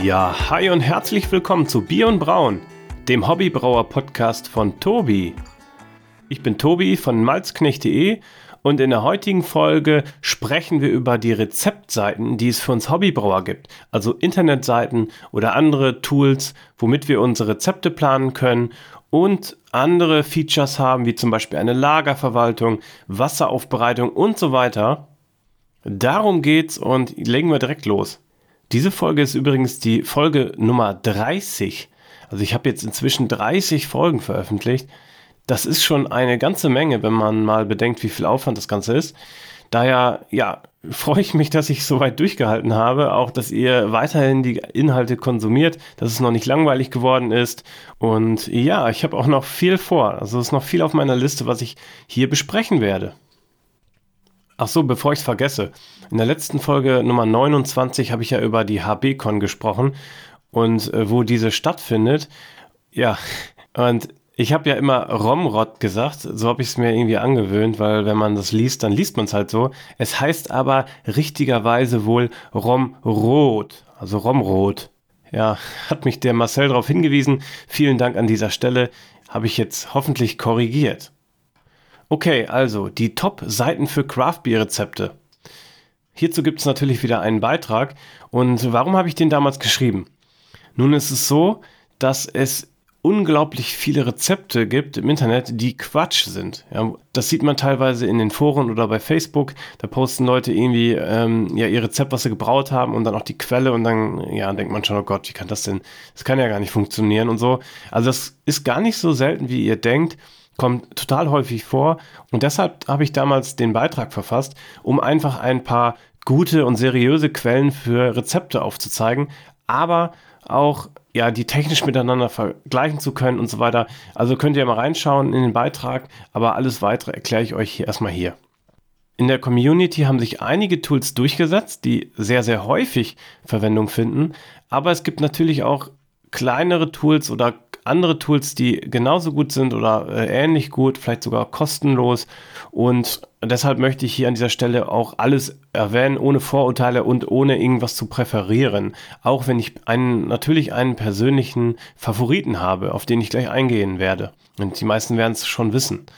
Ja, hi und herzlich willkommen zu Bier und Brauen, dem Hobbybrauer-Podcast von Tobi. Ich bin Tobi von malzknecht.de und in der heutigen Folge sprechen wir über die Rezeptseiten, die es für uns Hobbybrauer gibt. Also Internetseiten oder andere Tools, womit wir unsere Rezepte planen können und andere Features haben, wie zum Beispiel eine Lagerverwaltung, Wasseraufbereitung und so weiter. Darum geht's und legen wir direkt los. Diese Folge ist übrigens die Folge Nummer 30. Also ich habe jetzt inzwischen 30 Folgen veröffentlicht. Das ist schon eine ganze Menge, wenn man mal bedenkt, wie viel Aufwand das Ganze ist. Daher, freue ich mich, dass ich so weit durchgehalten habe. Auch, dass ihr weiterhin die Inhalte konsumiert, dass es noch nicht langweilig geworden ist. Und ja, ich habe auch noch viel vor. Also es ist noch viel auf meiner Liste, was ich hier besprechen werde. Ach so, bevor ich es vergesse. In der letzten Folge Nummer 29 habe ich ja über die HBCon gesprochen und wo diese stattfindet. Ja, und ich habe ja immer Romrod gesagt, so habe ich es mir irgendwie angewöhnt, weil wenn man das liest, dann liest man es halt so. Es heißt aber richtigerweise wohl Romrod, also Romrod. Ja, hat mich der Marcel darauf hingewiesen. Vielen Dank an dieser Stelle, habe ich jetzt hoffentlich korrigiert. Okay, also die Top-Seiten für Craft-Bier-Rezepte. Hierzu gibt es natürlich wieder einen Beitrag. Und warum habe ich den damals geschrieben? Nun ist es so, dass es unglaublich viele Rezepte gibt im Internet, die Quatsch sind. Ja, das sieht man teilweise in den Foren oder bei Facebook. Da posten Leute irgendwie ihr Rezept, was sie gebraut haben und dann auch die Quelle und dann denkt man schon, oh Gott, wie kann das denn? Das kann ja gar nicht funktionieren und so. Also das ist gar nicht so selten, wie ihr denkt. Kommt total häufig vor und deshalb habe ich damals den Beitrag verfasst, um einfach ein paar gute und seriöse Quellen für Rezepte aufzuzeigen, aber auch die technisch miteinander vergleichen zu können und so weiter. Also könnt ihr mal reinschauen in den Beitrag, aber alles weitere erkläre ich euch erstmal hier. In der Community haben sich einige Tools durchgesetzt, die sehr, sehr häufig Verwendung finden, aber es gibt natürlich auch kleinere Tools oder andere Tools, die genauso gut sind oder ähnlich gut, vielleicht sogar kostenlos. Und deshalb möchte ich hier an dieser Stelle auch alles erwähnen, ohne Vorurteile und ohne irgendwas zu präferieren. Auch wenn ich natürlich einen persönlichen Favoriten habe, auf den ich gleich eingehen werde. Und die meisten werden es schon wissen.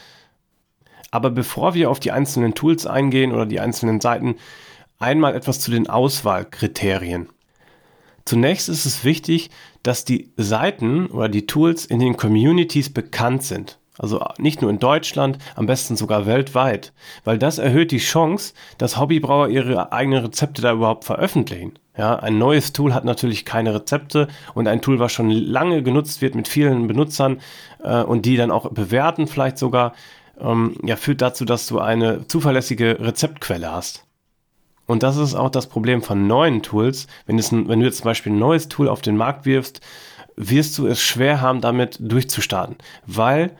Aber bevor wir auf die einzelnen Tools eingehen oder die einzelnen Seiten, einmal etwas zu den Auswahlkriterien. Zunächst ist es wichtig, dass die Seiten oder die Tools in den Communities bekannt sind. Also nicht nur in Deutschland, am besten sogar weltweit. Weil das erhöht die Chance, dass Hobbybrauer ihre eigenen Rezepte da überhaupt veröffentlichen. Ja, ein neues Tool hat natürlich keine Rezepte und ein Tool, was schon lange genutzt wird mit vielen Benutzern und die dann auch bewerten vielleicht sogar, führt dazu, dass du eine zuverlässige Rezeptquelle hast. Und das ist auch das Problem von neuen Tools. Wenn du jetzt zum Beispiel ein neues Tool auf den Markt wirfst, wirst du es schwer haben, damit durchzustarten. Weil,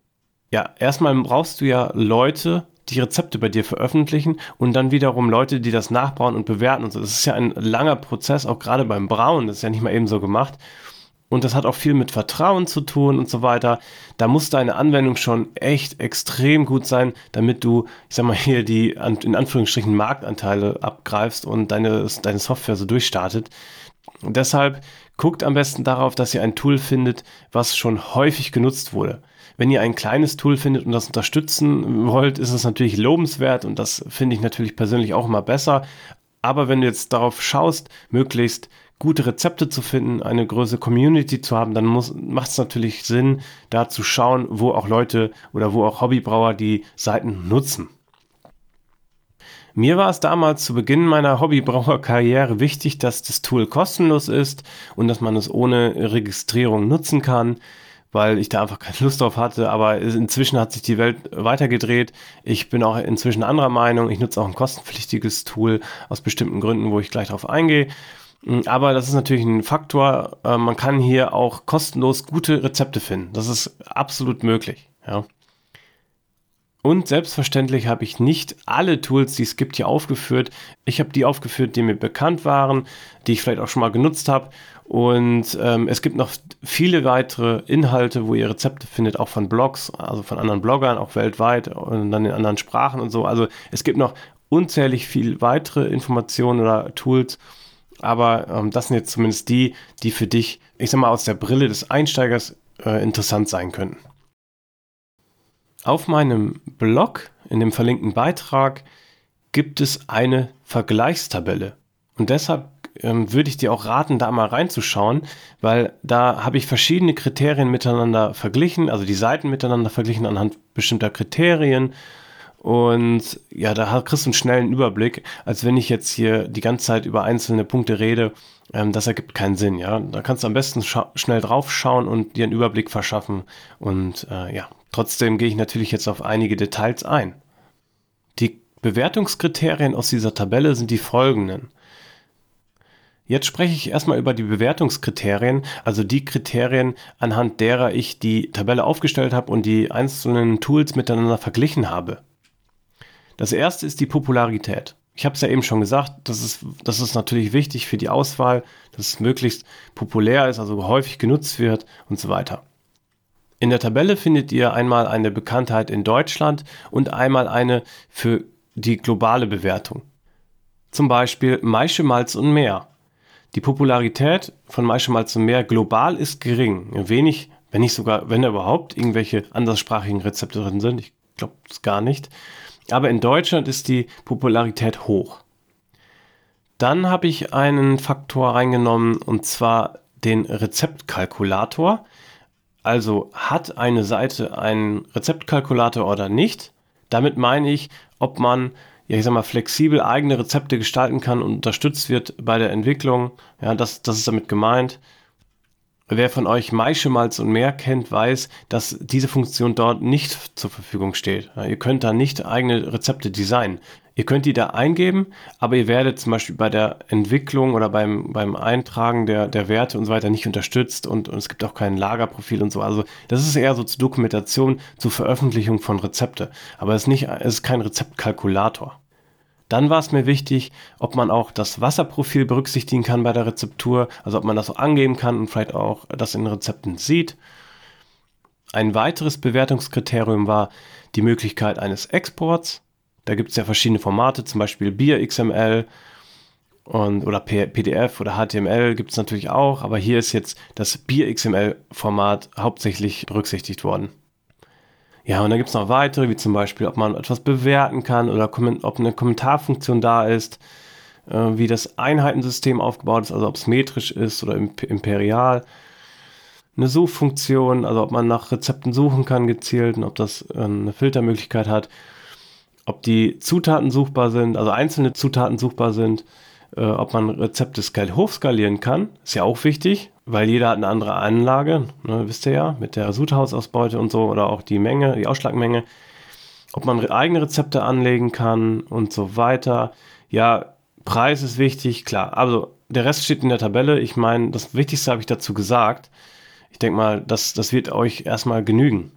erstmal brauchst du ja Leute, die Rezepte bei dir veröffentlichen und dann wiederum Leute, die das nachbauen und bewerten und so. Das ist ja ein langer Prozess, auch gerade beim Brauen. Das ist ja nicht mal eben so gemacht. Und das hat auch viel mit Vertrauen zu tun und so weiter. Da muss deine Anwendung schon echt extrem gut sein, damit du, hier die in Anführungsstrichen Marktanteile abgreifst und deine Software so durchstartet. Und deshalb guckt am besten darauf, dass ihr ein Tool findet, was schon häufig genutzt wurde. Wenn ihr ein kleines Tool findet und das unterstützen wollt, ist es natürlich lobenswert und das finde ich natürlich persönlich auch immer besser. Aber wenn du jetzt darauf schaust, möglichst gute Rezepte zu finden, eine größere Community zu haben, dann macht es natürlich Sinn, da zu schauen, wo auch Leute oder wo auch Hobbybrauer die Seiten nutzen. Mir war es damals zu Beginn meiner Hobbybrauerkarriere wichtig, dass das Tool kostenlos ist und dass man es ohne Registrierung nutzen kann, weil ich da einfach keine Lust drauf hatte, aber inzwischen hat sich die Welt weitergedreht. Ich bin auch inzwischen anderer Meinung. Ich nutze auch ein kostenpflichtiges Tool aus bestimmten Gründen, wo ich gleich drauf eingehe. Aber das ist natürlich ein Faktor. Man kann hier auch kostenlos gute Rezepte finden. Das ist absolut möglich. Ja. Und selbstverständlich habe ich nicht alle Tools, die es gibt, hier aufgeführt. Ich habe die aufgeführt, die mir bekannt waren, die ich vielleicht auch schon mal genutzt habe. Und es gibt noch viele weitere Inhalte, wo ihr Rezepte findet, auch von Blogs, also von anderen Bloggern, auch weltweit und dann in anderen Sprachen und so. Also es gibt noch unzählig viel weitere Informationen oder Tools. aber das sind jetzt zumindest die für dich, ich sag mal, aus der Brille des Einsteigers interessant sein könnten. Auf meinem Blog, in dem verlinkten Beitrag, gibt es eine Vergleichstabelle. Und deshalb würde ich dir auch raten, da mal reinzuschauen, weil da habe ich verschiedene Kriterien miteinander verglichen, also die Seiten miteinander verglichen anhand bestimmter Kriterien. Und ja, da kriegst du einen schnellen Überblick, als wenn ich jetzt hier die ganze Zeit über einzelne Punkte rede. Das ergibt keinen Sinn, ja. Da kannst du am besten schnell drauf schauen und dir einen Überblick verschaffen. Und trotzdem gehe ich natürlich jetzt auf einige Details ein. Die Bewertungskriterien aus dieser Tabelle sind die folgenden. Jetzt spreche ich erstmal über die Bewertungskriterien, also die Kriterien, anhand derer ich die Tabelle aufgestellt habe und die einzelnen Tools miteinander verglichen habe. Das erste ist die Popularität. Ich habe es ja eben schon gesagt, das ist natürlich wichtig für die Auswahl, dass es möglichst populär ist, also häufig genutzt wird und so weiter. In der Tabelle findet ihr einmal eine Bekanntheit in Deutschland und einmal eine für die globale Bewertung. Zum Beispiel Maische, Malz und Meer. Die Popularität von Maische, Malz und Meer global ist gering. Wenig, wenn nicht sogar, wenn da überhaupt irgendwelche anderssprachigen Rezepte drin sind. Ich glaube es gar nicht. Aber in Deutschland ist die Popularität hoch. Dann habe ich einen Faktor reingenommen und zwar den Rezeptkalkulator. Also hat eine Seite einen Rezeptkalkulator oder nicht? Damit meine ich, ob man flexibel eigene Rezepte gestalten kann und unterstützt wird bei der Entwicklung. Ja, das ist damit gemeint. Wer von euch Maische, Malz und Meer kennt, weiß, dass diese Funktion dort nicht zur Verfügung steht. Ja, ihr könnt da nicht eigene Rezepte designen. Ihr könnt die da eingeben, aber ihr werdet zum Beispiel bei der Entwicklung oder beim Eintragen der Werte und so weiter nicht unterstützt und es gibt auch kein Lagerprofil und so. Also das ist eher so zur Dokumentation, zur Veröffentlichung von Rezepte. Aber es ist kein Rezeptkalkulator. Dann war es mir wichtig, ob man auch das Wasserprofil berücksichtigen kann bei der Rezeptur, also ob man das so angeben kann und vielleicht auch das in Rezepten sieht. Ein weiteres Bewertungskriterium war die Möglichkeit eines Exports. Da gibt es ja verschiedene Formate, zum Beispiel BIR-XML oder PDF oder HTML gibt es natürlich auch, aber hier ist jetzt das BIR-XML-Format hauptsächlich berücksichtigt worden. Ja, und dann gibt es noch weitere, wie zum Beispiel, ob man etwas bewerten kann oder ob eine Kommentarfunktion da ist, wie das Einheitensystem aufgebaut ist, also ob es metrisch ist oder imperial. Eine Suchfunktion, also ob man nach Rezepten suchen kann gezielt und ob das eine Filtermöglichkeit hat. Ob die Zutaten suchbar sind, also einzelne Zutaten suchbar sind, ob man Rezepte hochskalieren kann, ist ja auch wichtig, weil jeder hat eine andere Anlage, ne, wisst ihr ja, mit der Sudhausausbeute und so oder auch die Menge, die Ausschlagmenge, ob man eigene Rezepte anlegen kann und so weiter. Ja, Preis ist wichtig, klar, also der Rest steht in der Tabelle, ich meine, das Wichtigste habe ich dazu gesagt. Ich denke mal, das wird euch erstmal genügen.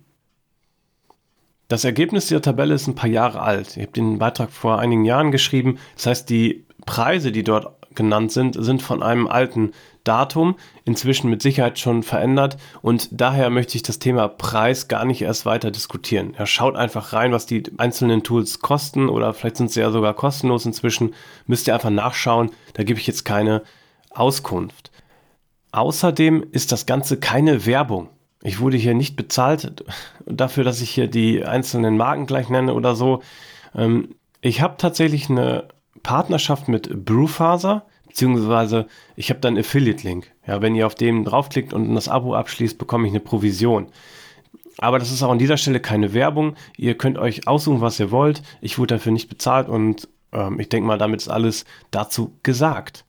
Das Ergebnis dieser Tabelle ist ein paar Jahre alt. Ich habe den Beitrag vor einigen Jahren geschrieben. Das heißt, die Preise, die dort genannt sind von einem alten Datum, inzwischen mit Sicherheit schon verändert. Und daher möchte ich das Thema Preis gar nicht erst weiter diskutieren. Ja, schaut einfach rein, was die einzelnen Tools kosten oder vielleicht sind sie ja sogar kostenlos inzwischen. Müsst ihr einfach nachschauen. Da gebe ich jetzt keine Auskunft. Außerdem ist das Ganze keine Werbung. Ich wurde hier nicht bezahlt dafür, dass ich hier die einzelnen Marken gleich nenne oder so. Ich habe tatsächlich eine Partnerschaft mit Brewfaser, beziehungsweise ich habe dann einen Affiliate-Link. Ja, wenn ihr auf den draufklickt und das Abo abschließt, bekomme ich eine Provision. Aber das ist auch an dieser Stelle keine Werbung. Ihr könnt euch aussuchen, was ihr wollt. Ich wurde dafür nicht bezahlt und ich denke mal, damit ist alles dazu gesagt.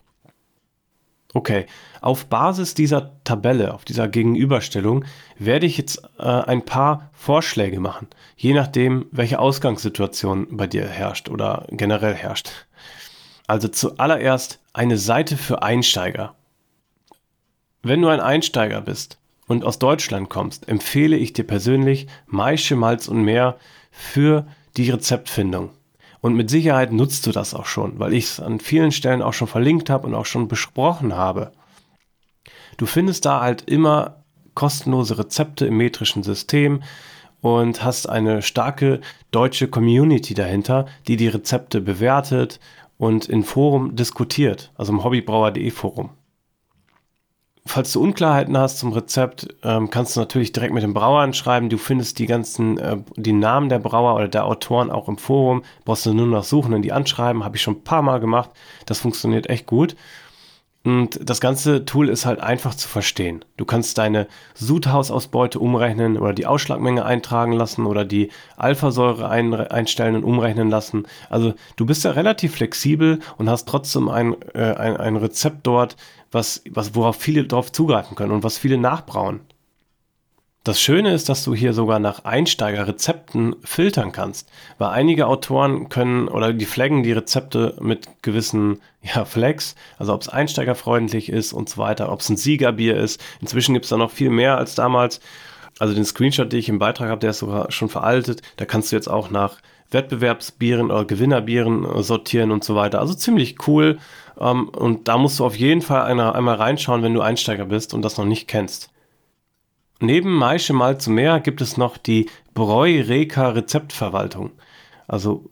Okay, auf Basis dieser Tabelle, auf dieser Gegenüberstellung, werde ich jetzt ein paar Vorschläge machen, je nachdem, welche Ausgangssituation bei dir herrscht oder generell herrscht. Also zuallererst eine Seite für Einsteiger. Wenn du ein Einsteiger bist und aus Deutschland kommst, empfehle ich dir persönlich Maische, Malz und Meer für die Rezeptfindung. Und mit Sicherheit nutzt du das auch schon, weil ich es an vielen Stellen auch schon verlinkt habe und auch schon besprochen habe. Du findest da halt immer kostenlose Rezepte im metrischen System und hast eine starke deutsche Community dahinter, die die Rezepte bewertet und im Forum diskutiert, also im hobbybrauer.de Forum. Falls du Unklarheiten hast zum Rezept, kannst du natürlich direkt mit dem Brauer anschreiben. Du findest die Namen der Brauer oder der Autoren auch im Forum. Brauchst du nur noch suchen und die anschreiben. Habe ich schon ein paar Mal gemacht. Das funktioniert echt gut. Und das ganze Tool ist halt einfach zu verstehen. Du kannst deine Sudhausausbeute umrechnen oder die Ausschlagmenge eintragen lassen oder die Alphasäure einstellen und umrechnen lassen. Also du bist ja relativ flexibel und hast trotzdem ein Rezept dort, worauf viele drauf zugreifen können und was viele nachbrauen. Das Schöne ist, dass du hier sogar nach Einsteigerrezepten filtern kannst, weil einige Autoren die flaggen die Rezepte mit gewissen Flags, also ob es einsteigerfreundlich ist und so weiter, ob es ein Siegerbier ist. Inzwischen gibt es da noch viel mehr als damals. Also den Screenshot, den ich im Beitrag habe, der ist sogar schon veraltet. Da kannst du jetzt auch nach Wettbewerbsbieren oder Gewinnerbieren sortieren und so weiter. Also ziemlich cool. Und da musst du auf jeden Fall einmal reinschauen, wenn du Einsteiger bist und das noch nicht kennst. Neben Maische Malz und Meer gibt es noch die Breureka Rezeptverwaltung, also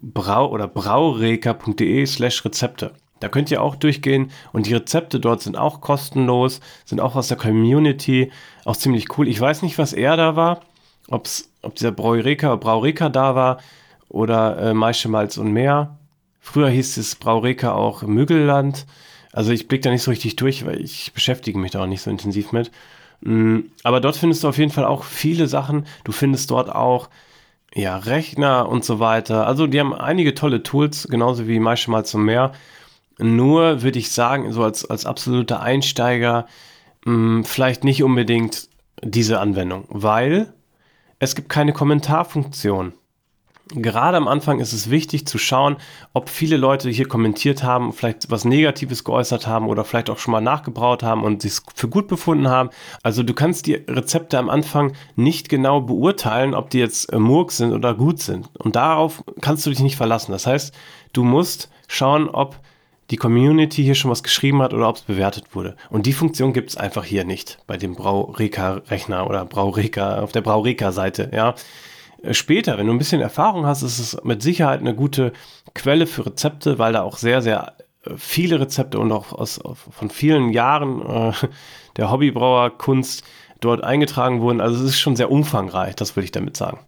braureka.de/Rezepte. Da könnt ihr auch durchgehen und die Rezepte dort sind auch kostenlos, sind auch aus der Community, auch ziemlich cool. Ich weiß nicht, was eher da war, ob dieser Braureka da war oder Maische Malz und Meer. Früher hieß es Braureka auch Müggelland. Also ich blicke da nicht so richtig durch, weil ich beschäftige mich da auch nicht so intensiv mit. Aber dort findest du auf jeden Fall auch viele Sachen. Du findest dort auch Rechner und so weiter. Also die haben einige tolle Tools, genauso wie Maische Malz und Meer. Nur würde ich sagen, so als absoluter Einsteiger vielleicht nicht unbedingt diese Anwendung, weil es gibt keine Kommentarfunktion. Gerade am Anfang ist es wichtig zu schauen, ob viele Leute hier kommentiert haben, vielleicht was Negatives geäußert haben oder vielleicht auch schon mal nachgebraut haben und sich für gut befunden haben. Also du kannst die Rezepte am Anfang nicht genau beurteilen, ob die jetzt Murks sind oder gut sind. Und darauf kannst du dich nicht verlassen. Das heißt, du musst schauen, ob die Community hier schon was geschrieben hat oder ob es bewertet wurde. Und die Funktion gibt es einfach hier nicht bei dem Braureka-Rechner oder auf der Braureka-Seite, ja. Später, wenn du ein bisschen Erfahrung hast, ist es mit Sicherheit eine gute Quelle für Rezepte, weil da auch sehr, sehr viele Rezepte und auch von vielen Jahren der Hobbybrauerkunst dort eingetragen wurden. Also es ist schon sehr umfangreich, das will ich damit sagen.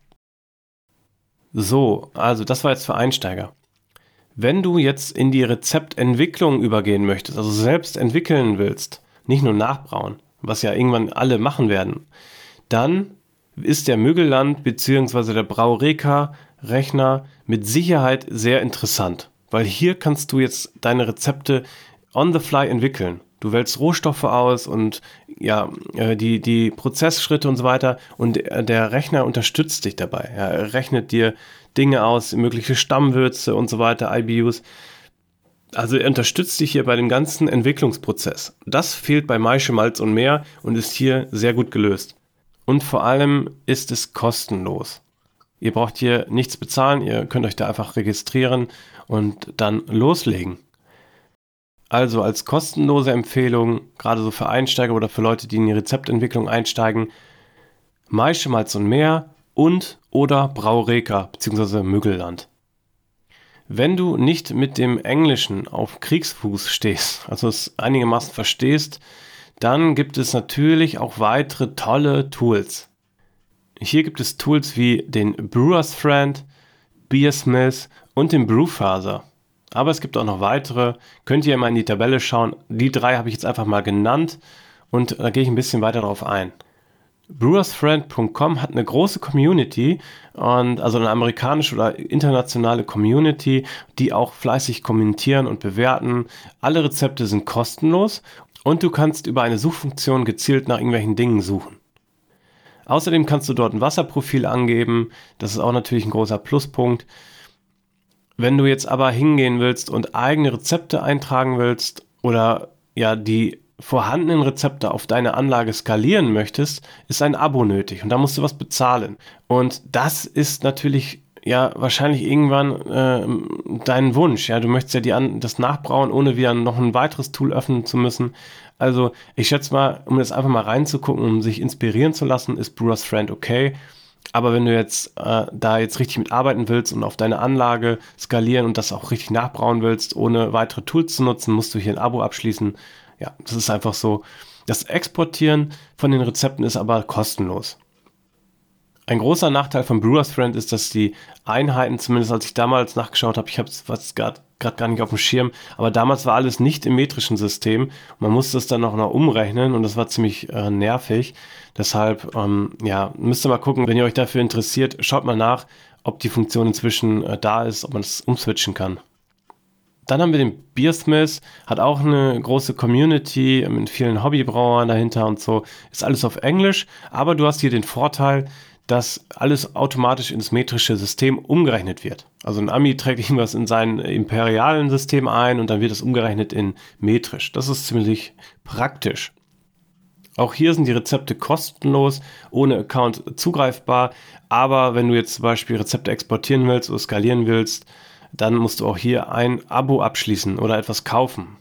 So, also das war jetzt für Einsteiger. Wenn du jetzt in die Rezeptentwicklung übergehen möchtest, also selbst entwickeln willst, nicht nur nachbrauen, was ja irgendwann alle machen werden, dann ist der Müggelland bzw. der Braureka-Rechner mit Sicherheit sehr interessant, weil hier kannst du jetzt deine Rezepte on the fly entwickeln. Du wählst Rohstoffe aus und die Prozessschritte und so weiter und der Rechner unterstützt dich dabei. Er rechnet dir Dinge aus, mögliche Stammwürze und so weiter, IBUs. Also er unterstützt dich hier bei dem ganzen Entwicklungsprozess. Das fehlt bei Maische Malz und Meer und ist hier sehr gut gelöst. Und vor allem ist es kostenlos. Ihr braucht hier nichts bezahlen, ihr könnt euch da einfach registrieren und dann loslegen. Also als kostenlose Empfehlung, gerade so für Einsteiger oder für Leute, die in die Rezeptentwicklung einsteigen, Maische Malz und Meer und oder Braureka bzw. Müggelland. Wenn du nicht mit dem Englischen auf Kriegsfuß stehst, also es einigermaßen verstehst, dann gibt es natürlich auch weitere tolle Tools. Hier gibt es Tools wie den Brewer's Friend, Beersmith und den Brewfather. Aber es gibt auch noch weitere. Könnt ihr mal in die Tabelle schauen. Die 3 habe ich jetzt einfach mal genannt und da gehe ich ein bisschen weiter drauf ein. Brewersfriend.com hat eine große Community, also eine amerikanische oder internationale Community, die auch fleißig kommentieren und bewerten. Alle Rezepte sind kostenlos. Und du kannst über eine Suchfunktion gezielt nach irgendwelchen Dingen suchen. Außerdem kannst du dort ein Wasserprofil angeben. Das ist auch natürlich ein großer Pluspunkt. Wenn du jetzt aber hingehen willst und eigene Rezepte eintragen willst oder die vorhandenen Rezepte auf deine Anlage skalieren möchtest, ist ein Abo nötig und da musst du was bezahlen. Und das ist natürlich wahrscheinlich irgendwann dein Wunsch. Ja, du möchtest ja das nachbrauen, ohne wieder noch ein weiteres Tool öffnen zu müssen. Also ich schätze mal, um das einfach mal reinzugucken, um sich inspirieren zu lassen, ist Brewer's Friend okay. Aber wenn du jetzt da jetzt richtig mitarbeiten willst und auf deine Anlage skalieren und das auch richtig nachbrauen willst, ohne weitere Tools zu nutzen, musst du hier ein Abo abschließen. Ja, das ist einfach so. Das Exportieren von den Rezepten ist aber kostenlos. Ein großer Nachteil von Brewers Friend ist, dass die Einheiten, zumindest als ich damals nachgeschaut habe, ich habe es gerade gar nicht auf dem Schirm, aber damals war alles nicht im metrischen System. Man musste es dann auch noch umrechnen und das war ziemlich nervig. Deshalb, müsst ihr mal gucken, wenn ihr euch dafür interessiert, schaut mal nach, ob die Funktion inzwischen da ist, ob man es umswitchen kann. Dann haben wir den Beersmith, hat auch eine große Community mit vielen Hobbybrauern dahinter und so. Ist alles auf Englisch, aber du hast hier den Vorteil, dass alles automatisch ins metrische System umgerechnet wird. Also ein Ami trägt irgendwas in sein imperialen System ein und dann wird es umgerechnet in metrisch. Das ist ziemlich praktisch. Auch hier sind die Rezepte kostenlos, ohne Account zugreifbar. Aber wenn du jetzt zum Beispiel Rezepte exportieren willst oder skalieren willst, dann musst du auch hier ein Abo abschließen oder etwas kaufen.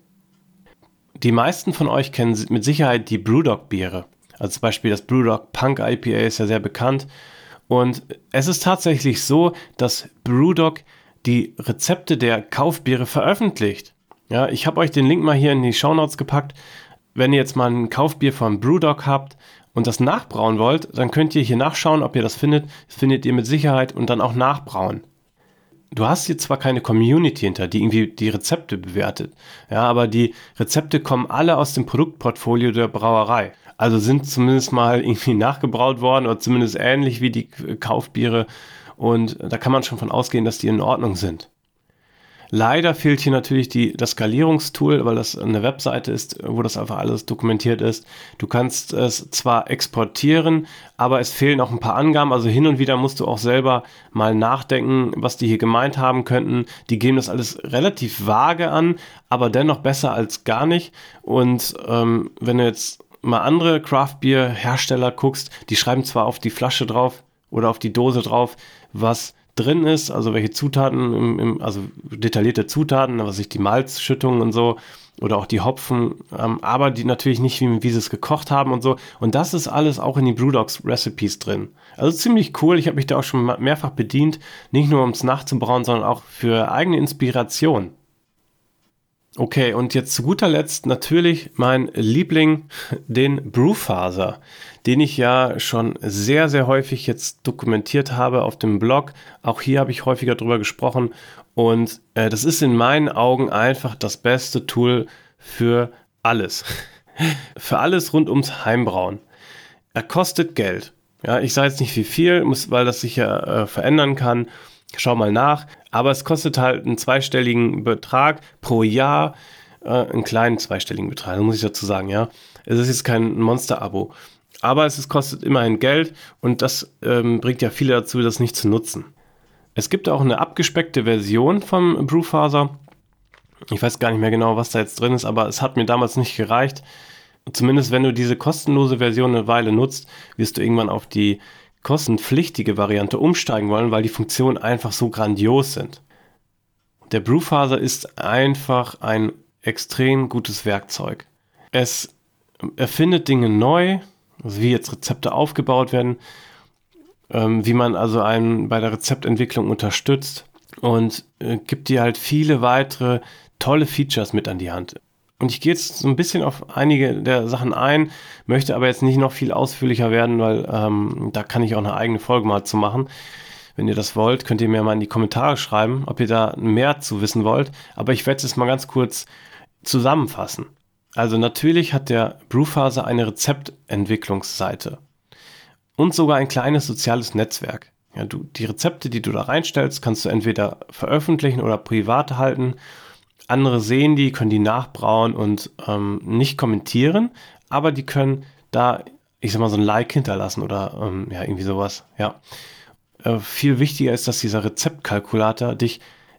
Die meisten von euch kennen mit Sicherheit die Brewdog-Biere. Also zum Beispiel das Brewdog Punk IPA ist ja sehr bekannt. Und es ist tatsächlich so, dass Brewdog die Rezepte der Kaufbiere veröffentlicht. Ja, ich habe euch den Link mal hier in die Shownotes gepackt. Wenn ihr jetzt mal ein Kaufbier von Brewdog habt und das nachbrauen wollt, dann könnt ihr hier nachschauen, ob ihr das findet. Das findet ihr mit Sicherheit und dann auch nachbrauen. Du hast hier zwar keine Community hinter, die irgendwie die Rezepte bewertet, ja, aber die Rezepte kommen alle aus dem Produktportfolio der Brauerei. Also sind zumindest mal irgendwie nachgebraut worden oder zumindest ähnlich wie die Kaufbiere und da kann man schon von ausgehen, dass die in Ordnung sind. Leider fehlt hier natürlich das Skalierungstool, weil das eine Webseite ist, wo das einfach alles dokumentiert ist. Du kannst es zwar exportieren, aber es fehlen auch ein paar Angaben. Also hin und wieder musst du auch selber mal nachdenken, was die hier gemeint haben könnten. Die geben das alles relativ vage an, aber dennoch besser als gar nicht. Und wenn du jetzt mal andere Craft-Bier-Hersteller guckst, die schreiben zwar auf die Flasche drauf oder auf die Dose drauf, was drin ist, also welche Zutaten, also detaillierte Zutaten, was ich die Malzschüttungen und so oder auch die Hopfen, aber die natürlich nicht, wie sie es gekocht haben und so. Und das ist alles auch in die Brewdogs Recipes drin. Also ziemlich cool. Ich habe mich da auch schon mehrfach bedient, nicht nur um es nachzubrauen, sondern auch für eigene Inspiration. Okay, und jetzt zu guter Letzt natürlich mein Liebling, den Brewphaser, den ich ja schon sehr, sehr häufig jetzt dokumentiert habe auf dem Blog. Auch hier habe ich häufiger drüber gesprochen und das ist in meinen Augen einfach das beste Tool für alles. Für alles rund ums Heimbrauen. Er kostet Geld. Ja, ich sage jetzt nicht wie viel, weil das sich ja verändern kann. Schau mal nach, aber es kostet halt einen zweistelligen Betrag pro Jahr, einen kleinen zweistelligen Betrag, muss ich dazu sagen, ja. Es ist jetzt kein Monster-Abo, aber es kostet immerhin Geld und das bringt ja viele dazu, das nicht zu nutzen. Es gibt auch eine abgespeckte Version vom Brewphaser. Ich weiß gar nicht mehr genau, was da jetzt drin ist, aber es hat mir damals nicht gereicht. Zumindest wenn du diese kostenlose Version eine Weile nutzt, wirst du irgendwann auf die kostenpflichtige Variante umsteigen wollen, weil die Funktionen einfach so grandios sind. Der Brewphaser ist einfach ein extrem gutes Werkzeug. Es erfindet Dinge neu, also wie jetzt Rezepte aufgebaut werden, wie man also einen bei der Rezeptentwicklung unterstützt und gibt dir halt viele weitere tolle Features mit an die Hand. Und ich gehe jetzt so ein bisschen auf einige der Sachen ein, möchte aber jetzt nicht noch viel ausführlicher werden, weil da kann ich auch eine eigene Folge mal zu machen. Wenn ihr das wollt, könnt ihr mir mal in die Kommentare schreiben, ob ihr da mehr zu wissen wollt. Aber ich werde es mal ganz kurz zusammenfassen. Also natürlich hat der Brewphaser eine Rezeptentwicklungsseite und sogar ein kleines soziales Netzwerk. Ja, die Rezepte, die du da reinstellst, kannst du entweder veröffentlichen oder privat halten. Andere sehen die, können die nachbrauen und nicht kommentieren, aber die können da, ich sag mal, so ein Like hinterlassen oder irgendwie sowas. Ja. Viel wichtiger ist, dass dieser Rezeptkalkulator dich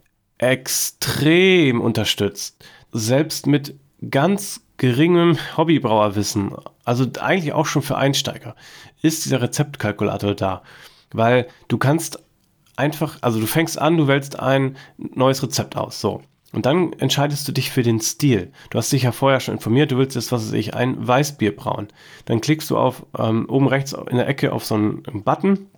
extrem unterstützt. Selbst mit ganz geringem Hobbybrauerwissen, also eigentlich auch schon für Einsteiger, ist dieser Rezeptkalkulator da. Weil du kannst einfach, also du fängst an, du wählst ein neues Rezept aus, so. Und dann entscheidest du dich für den Stil. Du hast dich ja vorher schon informiert, du willst jetzt, ein Weißbier brauen. Dann klickst du auf oben rechts in der Ecke auf so einen Button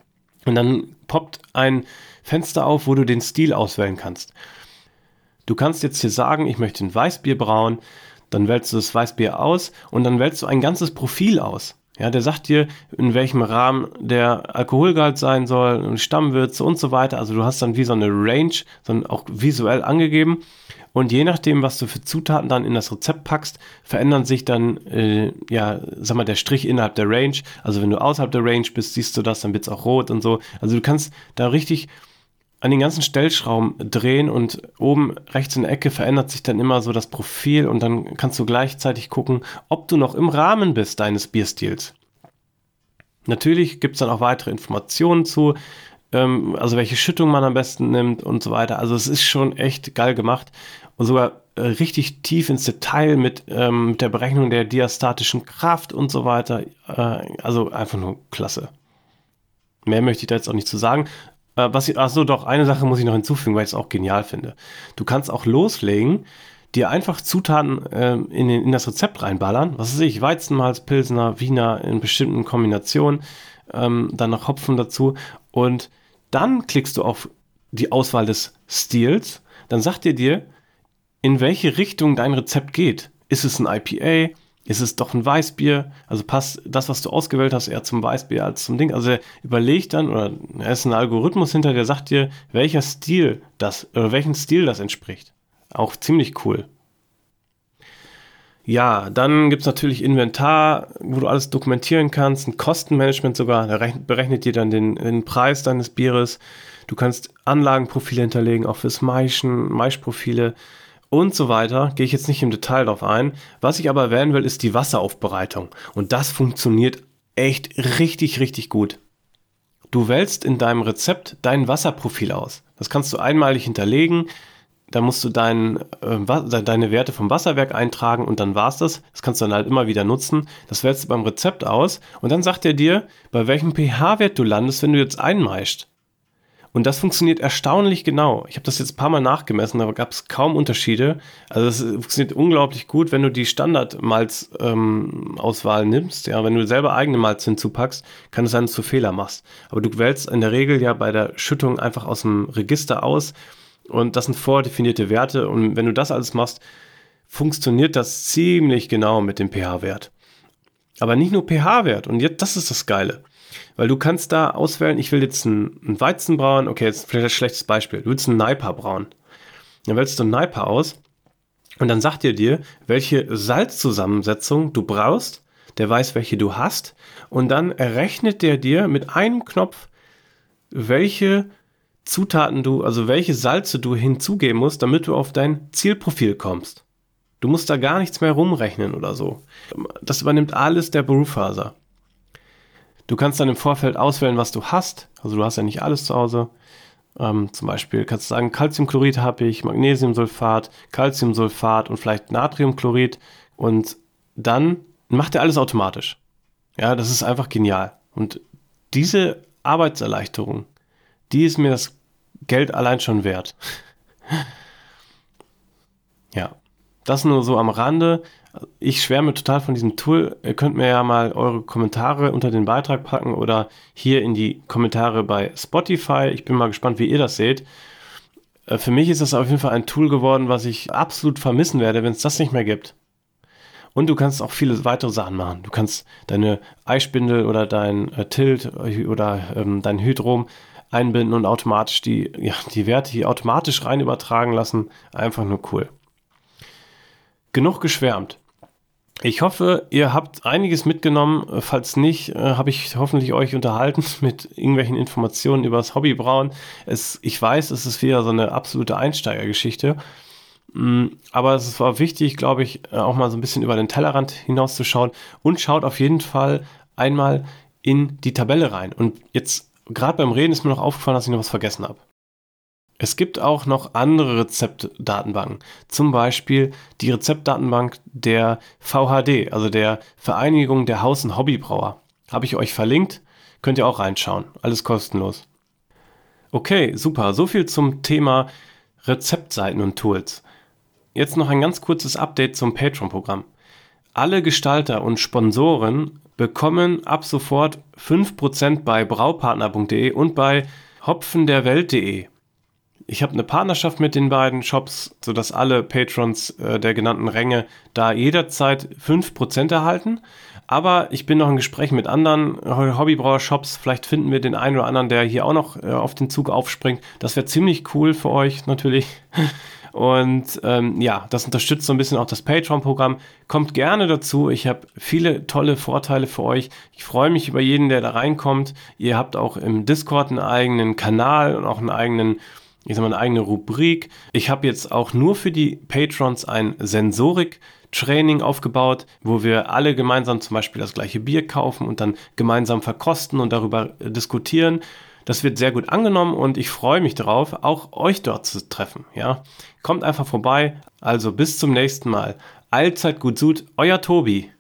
Und dann poppt ein Fenster auf, wo du den Stil auswählen kannst. Du kannst jetzt hier sagen, ich möchte ein Weißbier brauen, dann wählst du das Weißbier aus und dann wählst du ein ganzes Profil aus. Ja, der sagt dir, in welchem Rahmen der Alkoholgehalt sein soll, und Stammwürze und so weiter. Also du hast dann wie so eine Range, sondern auch visuell angegeben. Und je nachdem, was du für Zutaten dann in das Rezept packst, verändern sich dann, der Strich innerhalb der Range. Also wenn du außerhalb der Range bist, siehst du das, dann wird es auch rot und so. Also du kannst da richtig an den ganzen Stellschrauben drehen und oben rechts in der Ecke verändert sich dann immer so das Profil und dann kannst du gleichzeitig gucken, ob du noch im Rahmen bist deines Bierstils. Natürlich gibt es dann auch weitere Informationen zu, also welche Schüttung man am besten nimmt und so weiter. Also es ist schon echt geil gemacht und sogar richtig tief ins Detail mit der Berechnung der diastatischen Kraft und so weiter. Also einfach nur klasse. Mehr möchte ich da jetzt auch nicht zu sagen. Eine Sache muss ich noch hinzufügen, weil ich es auch genial finde. Du kannst auch loslegen, dir einfach Zutaten in das Rezept reinballern. Was weiß ich, Weizenmalz, Pilsner, Wiener in bestimmten Kombinationen, dann noch Hopfen dazu. Und dann klickst du auf die Auswahl des Stils. Dann sagt er dir, in welche Richtung dein Rezept geht. Ist es ein IPA? Ist es doch ein Weißbier? Also passt das, was du ausgewählt hast, eher zum Weißbier als zum Ding? Also er überlegt dann, oder er ist ein Algorithmus hinter, der sagt dir, welchen Stil das entspricht. Auch ziemlich cool. Ja, dann gibt es natürlich Inventar, wo du alles dokumentieren kannst, ein Kostenmanagement sogar, der berechnet dir dann den Preis deines Bieres. Du kannst Anlagenprofile hinterlegen, auch fürs Maischprofile und so weiter, gehe ich jetzt nicht im Detail drauf ein. Was ich aber erwähnen will, ist die Wasseraufbereitung. Und das funktioniert echt richtig, richtig gut. Du wählst in deinem Rezept dein Wasserprofil aus. Das kannst du einmalig hinterlegen. Dann musst du deine Werte vom Wasserwerk eintragen und dann war's das. Das kannst du dann halt immer wieder nutzen. Das wählst du beim Rezept aus und dann sagt er dir, bei welchem pH-Wert du landest, wenn du jetzt einmaischst. Und das funktioniert erstaunlich genau. Ich habe das jetzt ein paar Mal nachgemessen, da gab es kaum Unterschiede. Also es funktioniert unglaublich gut, wenn du die Standardmalz-Auswahl nimmst. Ja, wenn du selber eigene Malz hinzupackst, kann es sein, dass du Fehler machst. Aber du wählst in der Regel ja bei der Schüttung einfach aus dem Register aus. Und das sind vordefinierte Werte. Und wenn du das alles machst, funktioniert das ziemlich genau mit dem pH-Wert. Aber nicht nur pH-Wert. Und jetzt, das ist das Geile. Weil du kannst da auswählen, ich will jetzt einen Weizen brauen. Okay, jetzt vielleicht ein schlechtes Beispiel. Du willst einen Naipa brauen. Dann wählst du einen Naipa aus. Und dann sagt er dir, welche Salzzusammensetzung du brauchst. Der weiß, welche du hast. Und dann errechnet der dir mit einem Knopf, welche Zutaten welche Salze du hinzugeben musst, damit du auf dein Zielprofil kommst. Du musst da gar nichts mehr rumrechnen oder so. Das übernimmt alles der Brewphaser. Du kannst dann im Vorfeld auswählen, was du hast. Also du hast ja nicht alles zu Hause. Zum Beispiel kannst du sagen, Calciumchlorid habe ich, Magnesiumsulfat, Calciumsulfat und vielleicht Natriumchlorid. Und dann macht er alles automatisch. Ja, das ist einfach genial. Und diese Arbeitserleichterung, die ist mir das Geld allein schon wert. Ja, das nur so am Rande. Ich schwärme total von diesem Tool. Ihr könnt mir ja mal eure Kommentare unter den Beitrag packen oder hier in die Kommentare bei Spotify. Ich bin mal gespannt, wie ihr das seht. Für mich ist das auf jeden Fall ein Tool geworden, was ich absolut vermissen werde, wenn es das nicht mehr gibt. Und du kannst auch viele weitere Sachen machen. Du kannst deine Eispindel oder dein Tilt oder dein Hydrom einbinden und automatisch die Werte hier automatisch rein übertragen lassen. Einfach nur cool. Genug geschwärmt. Ich hoffe, ihr habt einiges mitgenommen. Falls nicht, habe ich hoffentlich euch unterhalten mit irgendwelchen Informationen über das Hobbybrauen. Ich weiß, es ist wieder so eine absolute Einsteigergeschichte. Aber es war wichtig, glaube ich, auch mal so ein bisschen über den Tellerrand hinauszuschauen und schaut auf jeden Fall einmal in die Tabelle rein. Und jetzt, gerade beim Reden, ist mir noch aufgefallen, dass ich noch was vergessen habe. Es gibt auch noch andere Rezeptdatenbanken, zum Beispiel die Rezeptdatenbank der VHD, also der Vereinigung der Haus- und Hobbybrauer. Habe ich euch verlinkt, könnt ihr auch reinschauen, alles kostenlos. Okay, super, so viel zum Thema Rezeptseiten und Tools. Jetzt noch ein ganz kurzes Update zum Patreon-Programm. Alle Gestalter und Sponsoren bekommen ab sofort 5% bei braupartner.de und bei hopfenderwelt.de. Ich habe eine Partnerschaft mit den beiden Shops, sodass alle Patrons der genannten Ränge da jederzeit 5% erhalten. Aber ich bin noch im Gespräch mit anderen Hobbybrauer-Shops. Vielleicht finden wir den einen oder anderen, der hier auch noch auf den Zug aufspringt. Das wäre ziemlich cool für euch natürlich. Und das unterstützt so ein bisschen auch das Patreon-Programm. Kommt gerne dazu. Ich habe viele tolle Vorteile für euch. Ich freue mich über jeden, der da reinkommt. Ihr habt auch im Discord einen eigenen Kanal und auch eine eigene Rubrik. Ich habe jetzt auch nur für die Patrons ein Sensorik-Training aufgebaut, wo wir alle gemeinsam zum Beispiel das gleiche Bier kaufen und dann gemeinsam verkosten und darüber diskutieren. Das wird sehr gut angenommen und ich freue mich darauf, auch euch dort zu treffen. Ja? Kommt einfach vorbei. Also bis zum nächsten Mal. Allzeit gut Sud, euer Tobi.